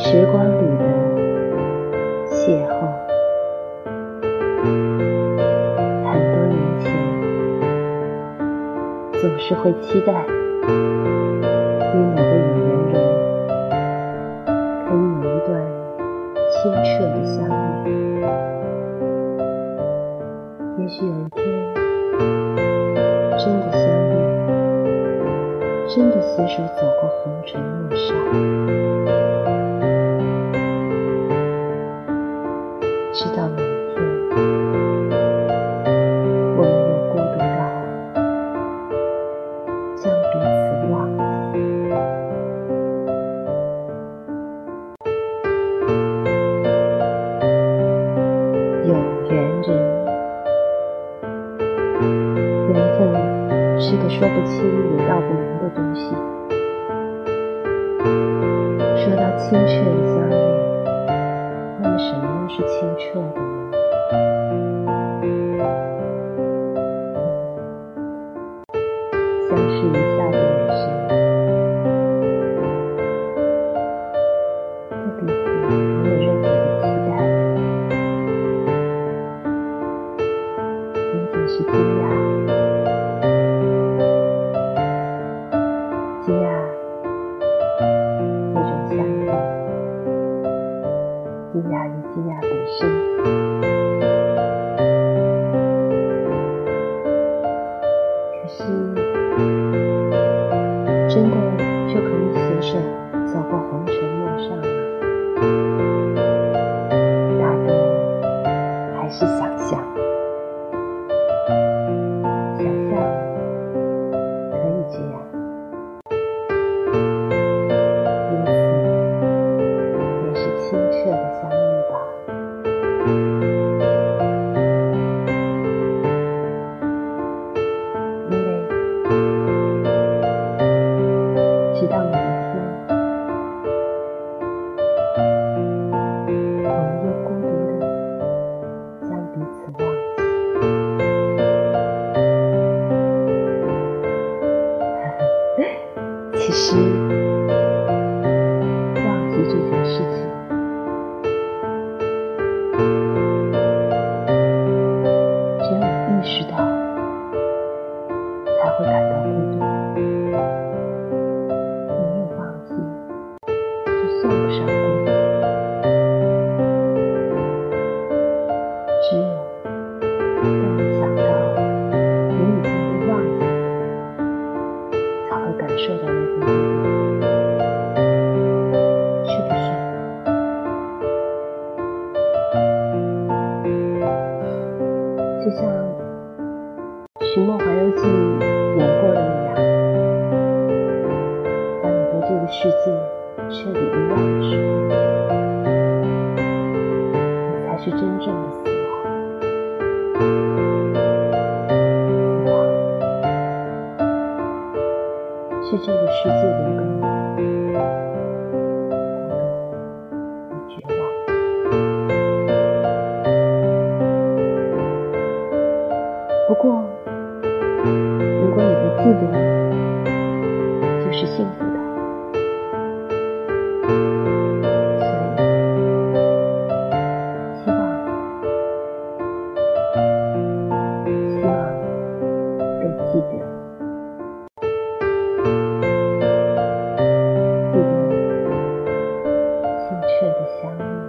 时光里的邂逅。很多年前，总是会期待与某个有缘人可以有一段清澈的相遇。也许有一天真的相遇，真的携手走过红尘陌上，直到某一天我们又孤独到将彼此忘记。有缘人，缘分是个说不清也道不明的东西。说到清澈的相遇，那么什么又是清澈的呢？相视一笑的眼神，对彼此没有任何的期待，仅仅是惊讶，惊讶那种相遇，惊讶于惊讶本身。可是真的就可以携手走过红尘陌上吗？大多还是想象，想象可以这样，因此也是清澈的相遇吧。因为直到某一天，我们又孤独地将彼此忘记。其实忘记这件事情，只有你意识到才会感到孤独。没有忘记就算不上孤独。只有当你想到你已经被忘记了，才会感受到那份孤独，是不是？就像《寻梦环游记》演过的那样，当你对这个世界彻底遗忘的时候，你才是真正的死亡。死亡是这个世界留给你的孤独与绝望。不过如果你不记得，就是幸福的。所以希望被记得，记得清澈的相遇。